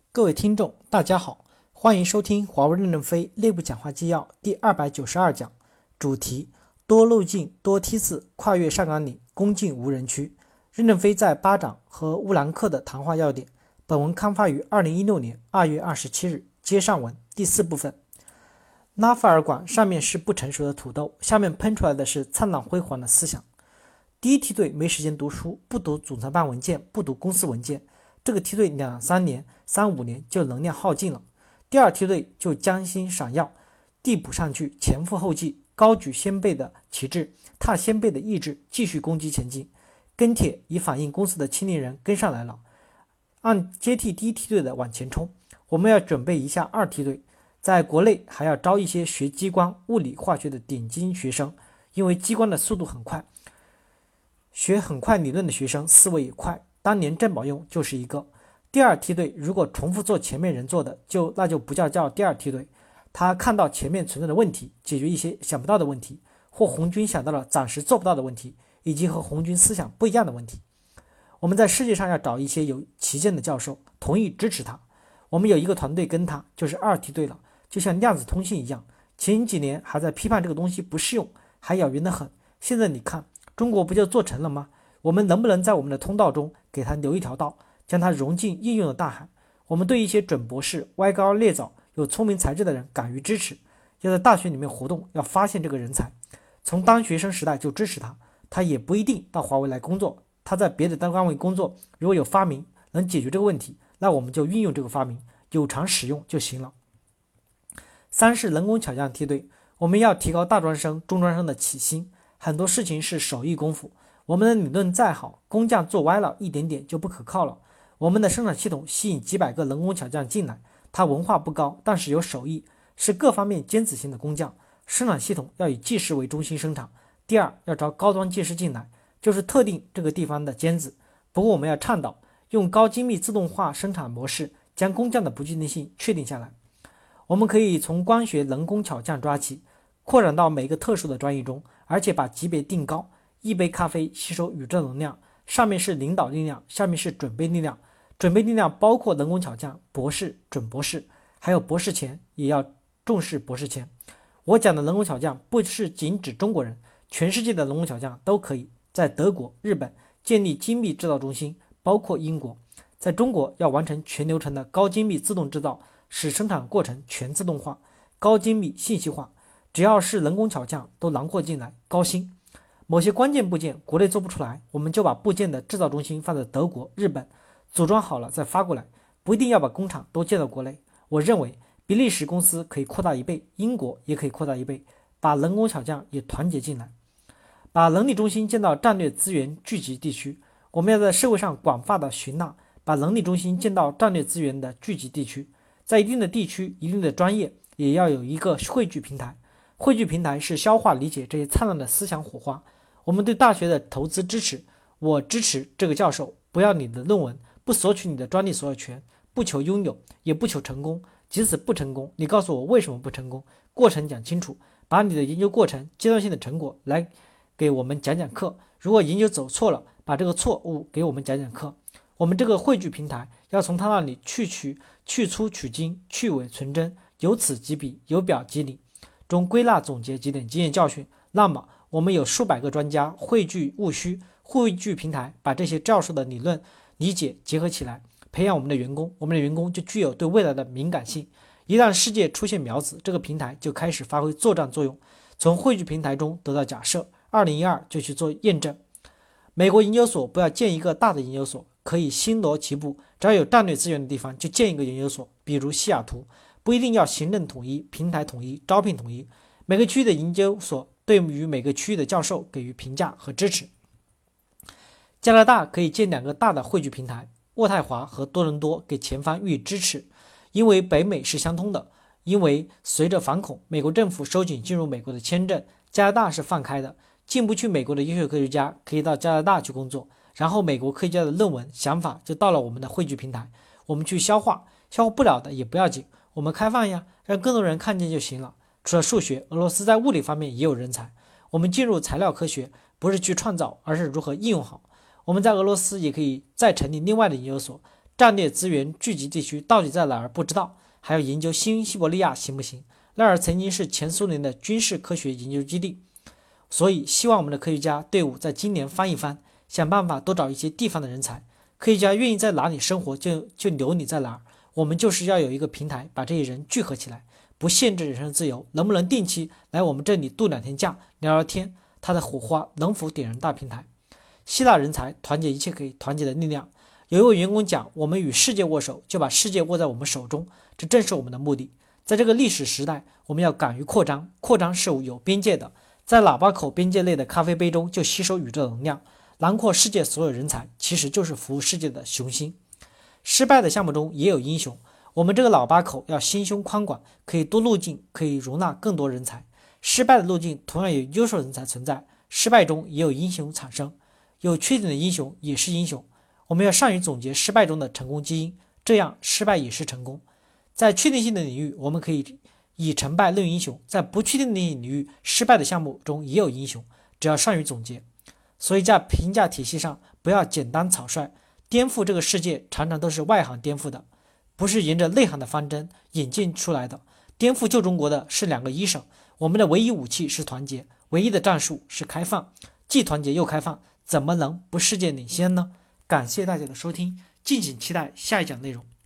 各位听众，大家好，欢迎收听华为任正非内部讲话纪要第292讲，主题：多路径、多梯次跨越上岗岭，攻进无人区。任正非在巴掌和乌兰克的谈话要点。本文刊发于2016年2月27日。接上文第4部分。拉法尔管上面是不成熟的土豆，下面喷出来的是灿烂辉煌的思想。第一梯队没时间读书，不读总裁办文件，不读公司文件，这个梯队2-3年、3-5年就能量耗尽了。第二梯队就将心赏药，递补上去，前赴后继，高举先辈的旗帜，踏先辈的意志，继续攻击前进。跟帖已反映公司的青年人跟上来了，按接替第一梯队的往前冲。我们要准备一下二梯队，在国内还要招一些学激光、物理、化学的点睛学生，因为激光的速度很快，学很快理论的学生思维也快，当年郑宝用就是一个。第二梯队如果重复做前面人做的，那就不叫第二梯队。他看到前面存在的问题，解决一些想不到的问题，或红军想到了暂时做不到的问题，以及和红军思想不一样的问题。我们在世界上要找一些有旗舰的教授，同意支持他。我们有一个团队跟他，就是二梯队了，就像量子通信一样，前几年还在批判这个东西不适用，还咬人得很。现在你看，中国不就做成了吗？我们能不能在我们的通道中给他留一条道，将它融进应用的大海？我们对一些准博士、歪高裂枣、有聪明才智的人敢于支持，要在大学里面活动，要发现这个人才，从当学生时代就支持他。他也不一定到华为来工作，他在别的单位工作，如果有发明能解决这个问题，那我们就运用这个发明，有偿使用就行了。三是人工巧匠梯队，我们要提高大专生、中专生的起薪，很多事情是手艺功夫，我们的理论再好，工匠做歪了一点点就不可靠了。我们的生产系统吸引几百个人工巧匠进来，他文化不高，但是有手艺，是各方面尖子型的工匠。生产系统要以技师为中心生产。第二，要招高端技师进来，就是特定这个地方的尖子。不过我们要倡导用高精密自动化生产模式，将工匠的不确定性确定下来。我们可以从光学人工巧匠抓起，扩展到每个特殊的专业中，而且把级别定高。一杯咖啡吸收宇宙能量，上面是领导力量，下面是准备力量。准备力量包括人工巧匠、博士、准博士，还有博士前，也要重视博士前。我讲的人工巧匠不是仅指中国人，全世界的人工巧匠都可以在德国、日本建立精密制造中心，包括英国。在中国要完成全流程的高精密自动制造，使生产过程全自动化、高精密信息化。只要是人工巧匠都囊括进来，高薪。某些关键部件国内做不出来，我们就把部件的制造中心放在德国、日本，组装好了再发过来，不一定要把工厂都建到国内。我认为比利时公司可以扩大1倍，英国也可以扩大1倍，把人工巧匠也团结进来，把人力中心建到战略资源聚集地区。我们要在社会上广泛的寻纳，把人力中心建到战略资源的聚集地区，在一定的地区、一定的专业，也要有一个汇聚平台。汇聚平台是消化理解这些灿烂的思想火花。我们对大学的投资支持，我支持这个教授，不要你的论文，不索取你的专利所有权，不求拥有，也不求成功。即使不成功，你告诉我为什么不成功，过程讲清楚，把你的研究过程、阶段性的成果来给我们讲讲课。如果研究走错了，把这个错误给我们讲讲课。我们这个汇聚平台要从他那里去粗取精，去伪存真，由此及彼，由表及里，中归纳总结几点经验教训。那么我们有数百个专家汇聚务虚，汇聚平台把这些教授的理论理解结合起来，培养我们的员工，我们的员工就具有对未来的敏感性。一旦世界出现苗子，这个平台就开始发挥作战作用，从汇聚平台中得到假设，2012就去做验证。美国研究所不要建一个大的研究所，可以星罗棋布，只要有战略资源的地方就建一个研究所，比如西雅图，不一定要行政统一、平台统一、招聘统一，每个区域的研究所对于每个区域的教授给予评价和支持。加拿大可以建2个大的汇聚平台，渥太华和多伦多给前方予以支持，因为北美是相通的。因为随着反恐，美国政府收紧进入美国的签证，加拿大是放开的，进不去美国的优秀科学家可以到加拿大去工作，然后美国科学家的论文想法就到了我们的汇聚平台，我们去消化不了的也不要紧，我们开放呀，让更多人看见就行了。除了数学，俄罗斯在物理方面也有人才。我们进入材料科学，不是去创造，而是如何应用好。我们在俄罗斯也可以再成立另外的研究所， 战略资源聚集地区到底在哪儿不知道，还要研究新西伯利亚行不行？那儿曾经是前苏联的军事科学研究基地，所以希望我们的科学家队伍在今年翻一翻，想办法多找一些地方的人才。科学家愿意在哪里生活就留你在哪儿，我们就是要有一个平台把这些人聚合起来，不限制人身自由，能不能定期来我们这里度2天假聊聊天，他的火花能否点燃大平台？吸纳人才，团结一切可以团结的力量。有一位员工讲，我们与世界握手，就把世界握在我们手中，这正是我们的目的。在这个历史时代，我们要敢于扩张，扩张是有边界的，在喇叭口边界内的咖啡杯中就吸收宇宙能量，囊括世界所有人才，其实就是服务世界的雄心。失败的项目中也有英雄，我们这个喇叭口要心胸宽广，可以多路径，可以容纳更多人才。失败的路径同样有优秀人才存在，失败中也有英雄产生，有缺点的英雄也是英雄。我们要善于总结失败中的成功基因，这样失败也是成功。在确定性的领域，我们可以以成败论英雄，在不确定的领域，失败的项目中也有英雄，只要善于总结。所以在评价体系上，不要简单草率，颠覆这个世界常常都是外行颠覆的，不是沿着内行的方针引进出来的。颠覆旧中国的是2个医生，我们的唯一武器是团结，唯一的战术是开放，既团结又开放，怎么能不世界领先呢？感谢大家的收听，敬请期待下一讲内容。